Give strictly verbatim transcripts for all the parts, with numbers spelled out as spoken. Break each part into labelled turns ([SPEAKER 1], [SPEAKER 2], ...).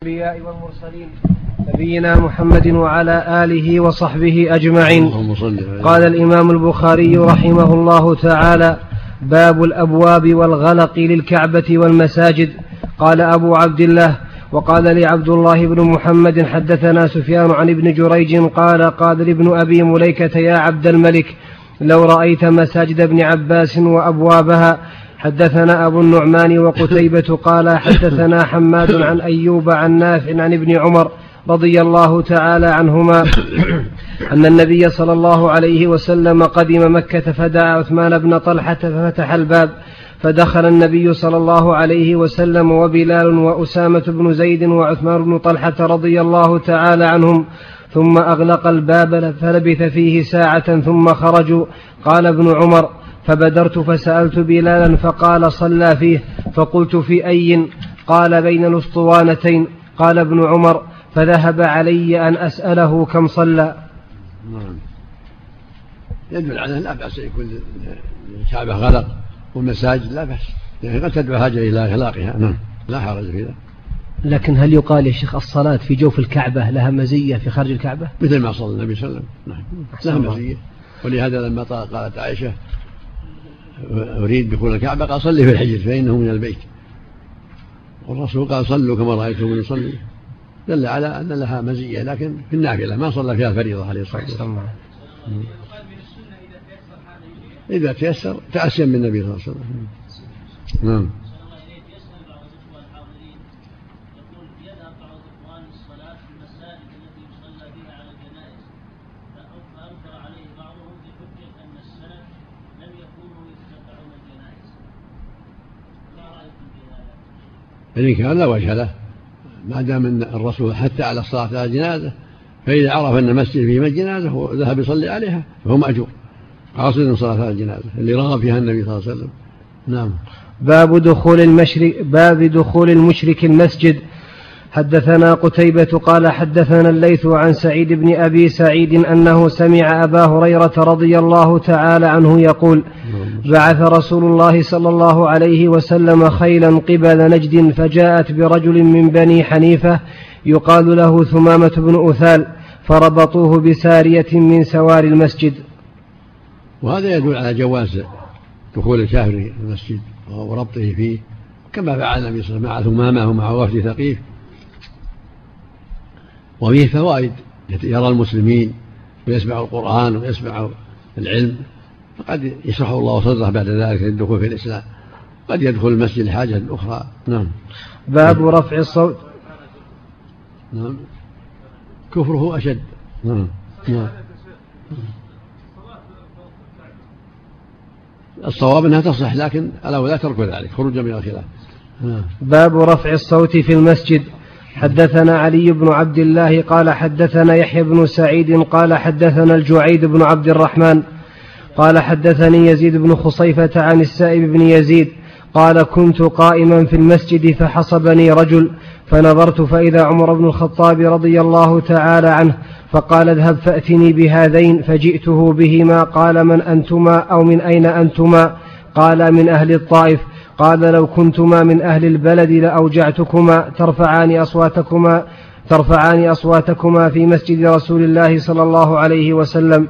[SPEAKER 1] الأنبياء والمرسلين نبينا محمد وعلى آله وصحبه أجمعين. قال الإمام البخاري رحمه الله تعالى: باب الأبواب والغلق للكعبة والمساجد. قال أبو عبد الله: وقال لي عبد الله بن محمد حدثنا سفيان عن ابن جريج قال قال لابن أبي مليكة: يا عبد الملك، لو رأيت مساجد ابن عباس وأبوابها. حدثنا أبو النعمان وقتيبة قال حدثنا حماد عن أيوب عن نافع عن ابن عمر رضي الله تعالى عنهما أن النبي صلى الله عليه وسلم قدم مكة فدعا عثمان بن طلحة ففتح الباب، فدخل النبي صلى الله عليه وسلم وبلال وأسامة بن زيد وعثمان بن طلحة رضي الله تعالى عنهم، ثم أغلق الباب فلبث فيه ساعة ثم خرجوا. قال ابن عمر: فبدرت فسألت بلالا فقال: صلى فيه. فقلت: في أي؟ قال: بين الأسطوانتين. قال ابن عمر: فذهب علي أن أسأله كم صلى.
[SPEAKER 2] يدل على لا بأس يكون الكعبة غلق والمساجد لا بأس، يعني قد تدعو حاجة إلى إغلاقها، نعم لا حرج في ذلك.
[SPEAKER 1] لكن هل يقال يا شيخ الصلاة في جوف الكعبة لها مزية في خارج الكعبة؟
[SPEAKER 2] مثل ما صلى النبي صلى الله عليه وسلم، نعم لها مزية. ولهذا لما قالت عائشة: أريد دخول الكعبة، قال: صلي في الحجر فإنه من البيت. والرسول قال: صلوا كما رأيتم يصلي. دل على أن لها مزية، لكن في النافلة ما صلى فيها الفريضة عليه الصلاة والسلام. إذا تيسر تأسيا من النبي صلى الله عليه وسلم. نعم. إن كان لا وجه له ما دام أن الرسول حتى على الصلاة على الجنازة، فإذا عرف أن المسجد فيه جنازة وذهب يصلي عليها فهو مأجور، قاصد صلاة على الجنازة اللي رغب فيها النبي صلى الله عليه وسلم. نعم.
[SPEAKER 1] باب دخول المشرك باب دخول المشرك المسجد. حدثنا قتيبة قال حدثنا الليث عن سعيد بن أبي سعيد أنه سمع أبا هريرة رضي الله تعالى عنه يقول: بعث رسول الله صلى الله عليه وسلم خيلا قبل نجد، فجاءت برجل من بني حنيفة يقال له ثمامة بن أثال، فربطوه بسارية من سوار المسجد.
[SPEAKER 2] وهذا يدل على جواز دخول الكافر المسجد وربطه فيه، كما فعل النبي صلى الله عليه وسلم مع ثمامة ومع وفد ثقيف. وفيه فوائد: يرى المسلمين ويسمع القرآن ويسمع العلم، فقد يشرح الله صدره بعد ذلك للدخول في الإسلام، قد يدخل المسجد لحاجة أخرى. نعم.
[SPEAKER 1] باب رفع الصوت.
[SPEAKER 2] نعم. كفره أشد. نعم. نعم. الصواب أنها تصلح، لكن الأولى ترك ذلك خروجا من الخلاف. نعم.
[SPEAKER 1] باب رفع الصوت في المسجد. حدثنا علي بن عبد الله قال حدثنا يحيى بن سعيد قال حدثنا الجعيد بن عبد الرحمن قال حدثني يزيد بن خصيفة عن السائب بن يزيد قال: كنت قائما في المسجد فحصبني رجل، فنظرت فإذا عمر بن الخطاب رضي الله تعالى عنه، فقال: اذهب فأتني بهذين، فجئته بهما. قال: من أنتما أو من أين أنتما؟ قال: من أهل الطائف. قال: لو كنتما من أهل البلد لأوجعتكما ترفعان أصواتكما ترفعان أصواتكما في مسجد رسول الله صلى الله عليه وسلم.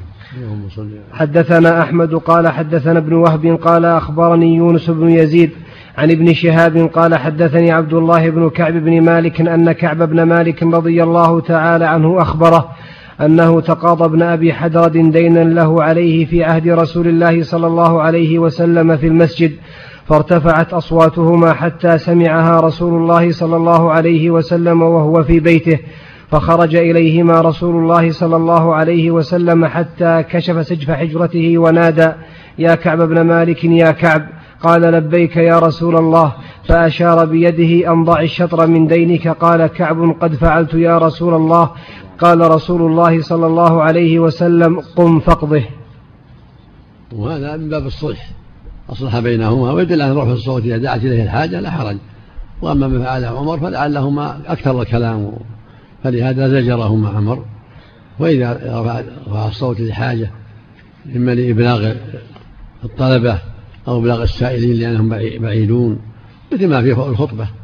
[SPEAKER 1] حدثنا أحمد قال حدثنا ابن وهب قال أخبرني يونس بن يزيد عن ابن شهاب قال حدثني عبد الله بن كعب بن مالك أن كعب بن مالك رضي الله تعالى عنه أخبره أنه تقاضى ابن أبي حدرد دينا له عليه في عهد رسول الله صلى الله عليه وسلم في المسجد، فارتفعت أصواتهما حتى سمعها رسول الله صلى الله عليه وسلم وهو في بيته، فخرج إليهما رسول الله صلى الله عليه وسلم حتى كشف سجف حجرته ونادى: يا كعب بن مالك يا كعب. قال: لبيك يا رسول الله. فأشار بيده أن ضع الشطر من دينك. قال كعب: قد فعلت يا رسول الله. قال رسول الله صلى الله عليه وسلم: قم فاقضه.
[SPEAKER 2] وهذا من باب الصلح، أصلح بينهما، ويدل على رفع الصوت إذا دعت إليه الحاجة لا حرج. وأما ما فعله عمر فلعلهما أكثر الكلام، فلهذا زجرهما عمر. وإذا رفع الصوت لحاجة إما لإبلاغ الطلبة أو إبلاغ السائلين لأنهم بعيدون، مثل ما في الخطبة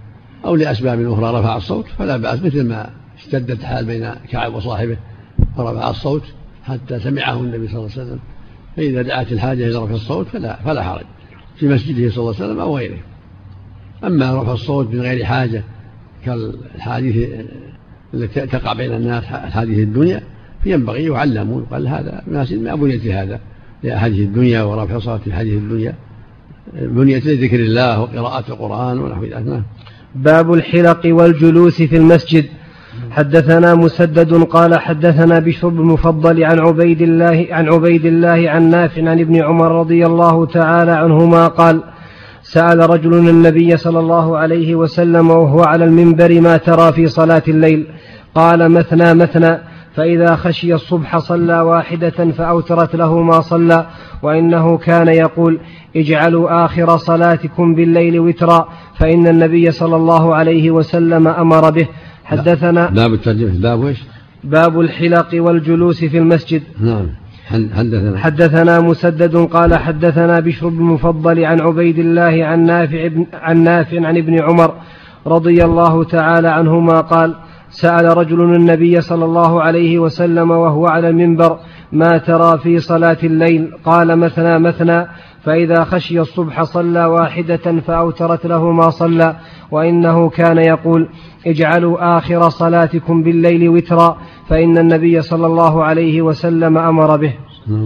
[SPEAKER 2] أو لأسباب أخرى رفع الصوت فلا بأس، مثل ما اشتدت حال بين كعب وصاحبه فرفع الصوت حتى سمعه النبي صلى الله عليه وسلم، فإذا دعت الحاجة إلى رفع الصوت فلا, فلا حرج في مسجده صلى الله عليه وسلم أو غيره. أما رفع الصوت من غير حاجة كالحديث التي تقع بين الناس حديث الدنيا ينبغي يعلموا، يقال هذا مناسب ما بنيت هذا لحديث الدنيا ورفع صوت حديث الدنيا، بنيت لذكر الله وقراءة القرآن ونحو ذلك.
[SPEAKER 1] باب الحلق والجلوس في المسجد. حدثنا مسدد قال حدثنا بشر بن المفضل عن عبيد الله عن عبيد الله عن نافع عن ابن عمر رضي الله تعالى عنهما قال: سأل رجل النبي صلى الله عليه وسلم وهو على المنبر: ما ترى في صلاة الليل؟ قال: مثنى مثنى، فإذا خشي الصبح صلى واحدة فأوترت له ما صلى، وإنه كان يقول: اجعلوا آخر صلاتكم بالليل وترا، فإن النبي صلى الله عليه وسلم أمر به. حدثنا
[SPEAKER 2] باب الترجمة باب إيش؟
[SPEAKER 1] باب الحلق والجلوس في المسجد.
[SPEAKER 2] نعم. حدثنا
[SPEAKER 1] حدثنا مسدد قال حدثنا بشر بن المفضل عن عبيد الله عن نافع عن نافع عن ابن عمر رضي الله تعالى عنهما قال: سأل رجل النبي صلى الله عليه وسلم وهو على المنبر: ما ترى في صلاة الليل؟ قال: مثنى مثنى، فإذا خشي الصبح صلى واحدة فأوترت له ما صلى، وإنه كان يقول: اجعلوا آخر صلاتكم بالليل وترا، فإن النبي صلى الله عليه وسلم أمر به.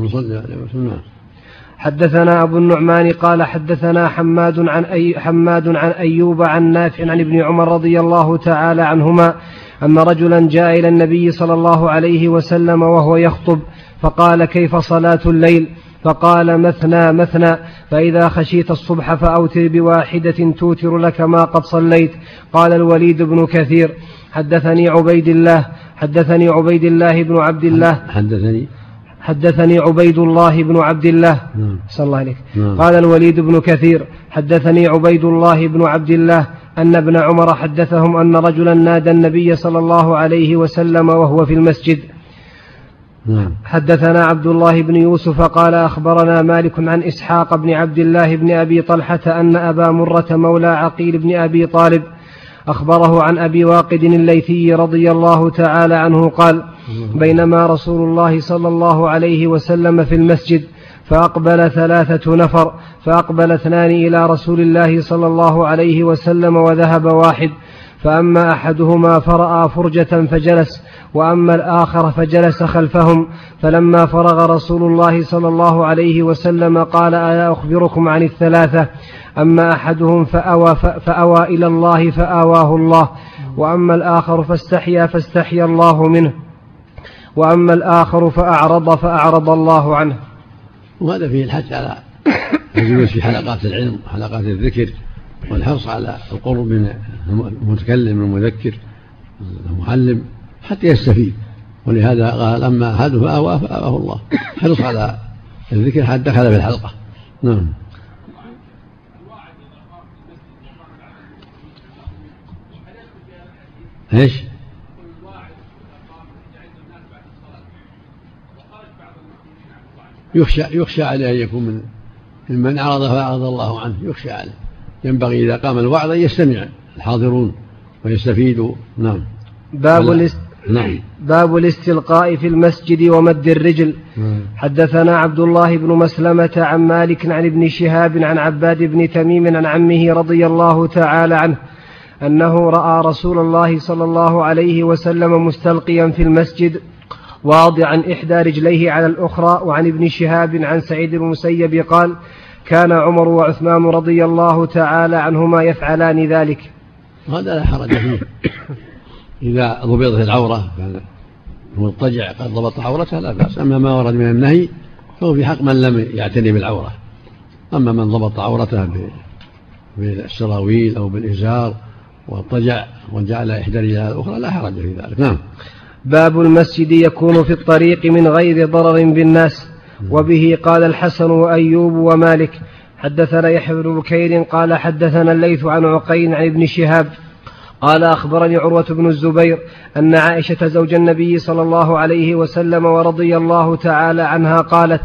[SPEAKER 1] حدثنا أبو النعمان قال حدثنا حماد عن, أي حماد عن أيوب عن نافع عن ابن عمر رضي الله تعالى عنهما أن رجلا جاء إلى النبي صلى الله عليه وسلم وهو يخطب فقال: كيف صلاة الليل؟ فقال: مثنى مثنى، فإذا خشيت الصبح فأوتر بواحدة توتر لك ما قد صليت. قال الوليد بن كثير: حدثني عبيد الله حدثني عبيد الله بن عبد الله
[SPEAKER 2] حدثني
[SPEAKER 1] حدثني عبيد الله بن عبد الله صلى الله عليه. قال الوليد بن كثير: حدثني عبيد الله بن عبد الله أن ابن عمر حدثهم أن رجلا نادى النبي صلى الله عليه وسلم وهو في المسجد. حدثنا عبد الله بن يوسف قال أخبرنا مالك عن إسحاق بن عبد الله بن أبي طلحة أن أبا مرة مولى عقيل بن أبي طالب أخبره عن أبي واقد الليثي رضي الله تعالى عنه قال: بينما رسول الله صلى الله عليه وسلم في المسجد فأقبل ثلاثة نفر، فأقبل اثنان إلى رسول الله صلى الله عليه وسلم وذهب واحد، فأما أحدهما فرأى فرجة فجلس، وأما الآخر فجلس خلفهم. فلما فرغ رسول الله صلى الله عليه وسلم قال: ألا أخبركم عن الثلاثة؟ أما أحدهم فأوى, فأوى إلى الله فآواه الله، وأما الآخر فاستحيا فاستحيا الله منه، وأما الآخر فأعرض فأعرض الله عنه.
[SPEAKER 2] وهذا فيه الحث على الجلوس في حلقات العلم وحلقات الذكر، والحرص على القرب من المتكلم المذكر المعلم حتى يستفيد. ولهذا قال: أما أحد فآوى فآواه الله، حرص على الذكر حتى دخل في الحلقة. نعم. ايش؟ يخشى يخشى عليه أن يكون من ممن أعرض فأعرض الله عنه، يخشى عليه. ينبغي إذا قام الوعظ أن يستمع الحاضرون ويستفيدوا. نعم.
[SPEAKER 1] باب الاست... نعم. باب الاستلقاء في المسجد ومد الرجل. نعم. حدثنا عبد الله بن مسلمة عن مالك عن ابن شهاب عن عباد بن تميم عن عمه رضي الله تعالى عنه أنه رأى رسول الله صلى الله عليه وسلم مستلقيا في المسجد واضعا إحدى رجليه على الأخرى. وعن ابن شهاب عن سعيد بن المسيب قال: كان عمر وعثمان رضي الله تعالى عنهما يفعلان ذلك.
[SPEAKER 2] هذا لا حرج فيه إذا ضبطت العورة المضطجع قد ضبط عورته لا بأس. أما ما ورد من النهي فهو في حق من لم يعتني بالعورة. أما من ضبط عورته بالسراويل أو بالإزار واضطجع وجعل إحدى رجليه الأخرى لا حرج في ذلك. نعم.
[SPEAKER 1] باب المسجد يكون في الطريق من غير ضرر بالناس. وبه قال الحسن وأيوب ومالك. حدثنا يحيى بن بكير قال حدثنا الليث عن عقيل عن ابن شهاب قال أخبرني عروة بن الزبير أن عائشة زوج النبي صلى الله عليه وسلم ورضي الله تعالى عنها قالت: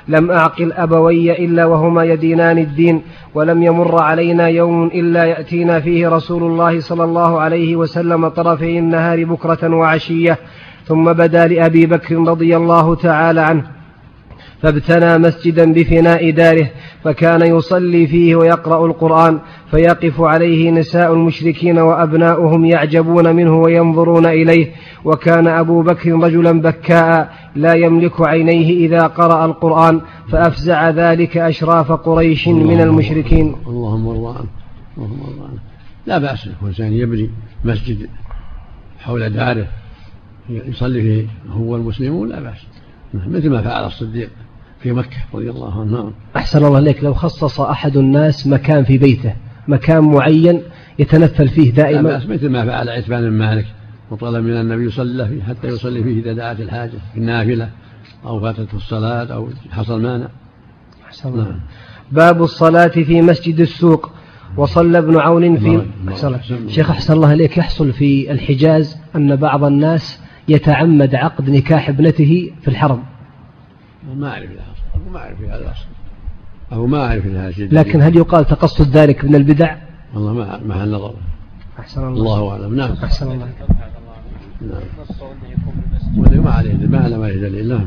[SPEAKER 1] لم أعقل أبوي إلا وهما يدينان الدين، ولم يمر علينا يوم إلا يأتينا فيه رسول الله صلى الله عليه وسلم طرفي النهار بكرة وعشية. ثم بدا لأبي بكر رضي الله تعالى عنه فابتنى مسجدا بفناء داره، فكان يصلي فيه ويقرأ القرآن، فيقف عليه نساء المشركين وأبناؤهم يعجبون منه وينظرون إليه. وكان أبو بكر رجلا بكاء لا يملك عينيه إذا قرأ القرآن، فأفزع ذلك أشراف قريش من المشركين.
[SPEAKER 2] اللهم ارضى عنه. اللهم ارضى عنه. لا بأس الإنسان يبني مسجد حول داره يصلي فيه هو المسلمون، لا بأس، مثل ما فعل الصديق في مكة رضي الله عنه.
[SPEAKER 1] أحسن الله عليك. لو خصص أحد الناس مكان في بيته، مكان معين يتنفل فيه دائما،
[SPEAKER 2] لا بأس، مثل ما فعل عتبان بن مالك وطلب من النبي يصلى فيه حتى يصلي فيه إذا دعت الحاجة في النافلة أو فاتته الصلاة أو حصل مانع.
[SPEAKER 1] أحسن الله. نعم. باب الصلاة في مسجد السوق. وصلى ابن عون في أحسن شيخ أحسن الله عليك. يحصل في الحجاز أن بعض الناس يتعمد عقد نكاح ابنته في الحرم.
[SPEAKER 2] ما أعرف أبو ما أعرف هذا أصلا أبو ما أعرف هذا شيء،
[SPEAKER 1] لكن هل يقال تقصد ذلك من البدع؟
[SPEAKER 2] والله ما مع النظر.
[SPEAKER 1] أحسن الله.
[SPEAKER 2] الله أعلم. نعم.
[SPEAKER 1] أحسن الله.
[SPEAKER 2] نعم. ولا ما عليه ما على ما عليه دليل. نعم.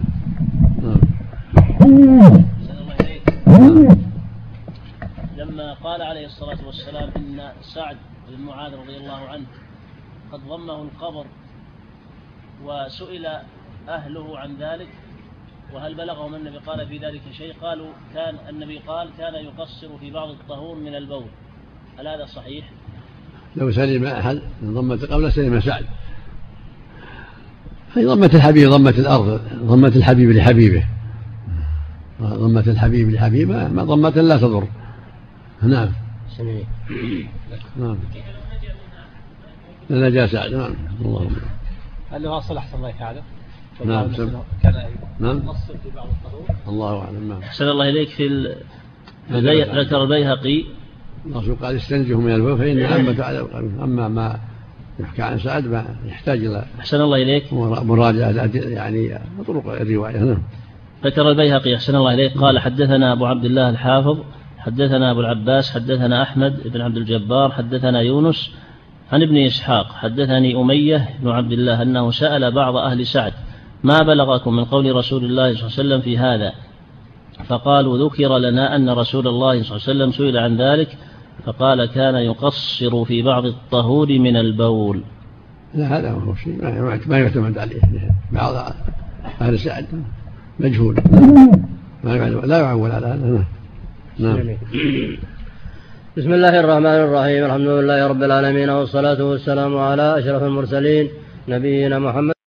[SPEAKER 3] نعم. لما قال عليه الصلاة والسلام إن سعد بن معاذ رضي الله عنه قد ضمه القبر، وسئل أهله عن ذلك وهل بلغهم النبي قال في ذلك شيء، قالوا كان النبي قال كان يقصر في بعض الطهور من البول. هل هذا صحيح؟
[SPEAKER 2] لو سلم أحد ضمة القبر سلم سعد. هي ضمة الحبيب ضمة الأرض، ضمة الحبيب لحبيبه، ضمة الحبيب لحبيبه ما ضمة لا تضر. نعم. نعم. نجا سعد. نعم. اللهم.
[SPEAKER 4] هل له أصل أحسن الله هذا؟
[SPEAKER 2] نعم.
[SPEAKER 4] كان
[SPEAKER 2] نعم.
[SPEAKER 4] يقصر في بعض الطهور.
[SPEAKER 2] الله أعلم. نعم.
[SPEAKER 3] أحسن الله إليك. في ذكر البيهقي
[SPEAKER 2] الرسول قال استنجه من البول فإن عامة على القلب. أما ما يحكى عن سعد ما يحتاج إلى
[SPEAKER 3] أحسن الله إليك
[SPEAKER 2] مراجعة يعني طرق الرواية. نعم.
[SPEAKER 3] ذكر البيهقي أحسن الله إليك قال حدثنا أبو عبد الله الحافظ حدثنا أبو العباس حدثنا أحمد بن عبد الجبار حدثنا يونس عن ابن إسحاق حدثني أمية بن عبد الله أنه سأل بعض أهل سعد ما بلغكم من قول رسول الله صلى الله عليه وسلم في هذا، فقالوا ذكر لنا أن رسول الله صلى الله عليه وسلم سئل عن ذلك فقال كان يقصر في بعض الطهور من البول.
[SPEAKER 2] لا هذا هو شيء ما يعتمد عليه. بعض أهل سعد مجهول لا يعول على هذا. نعم.
[SPEAKER 5] بسم الله الرحمن الرحيم. الحمد لله رب العالمين، والصلاة والسلام على أشرف المرسلين نبينا محمد.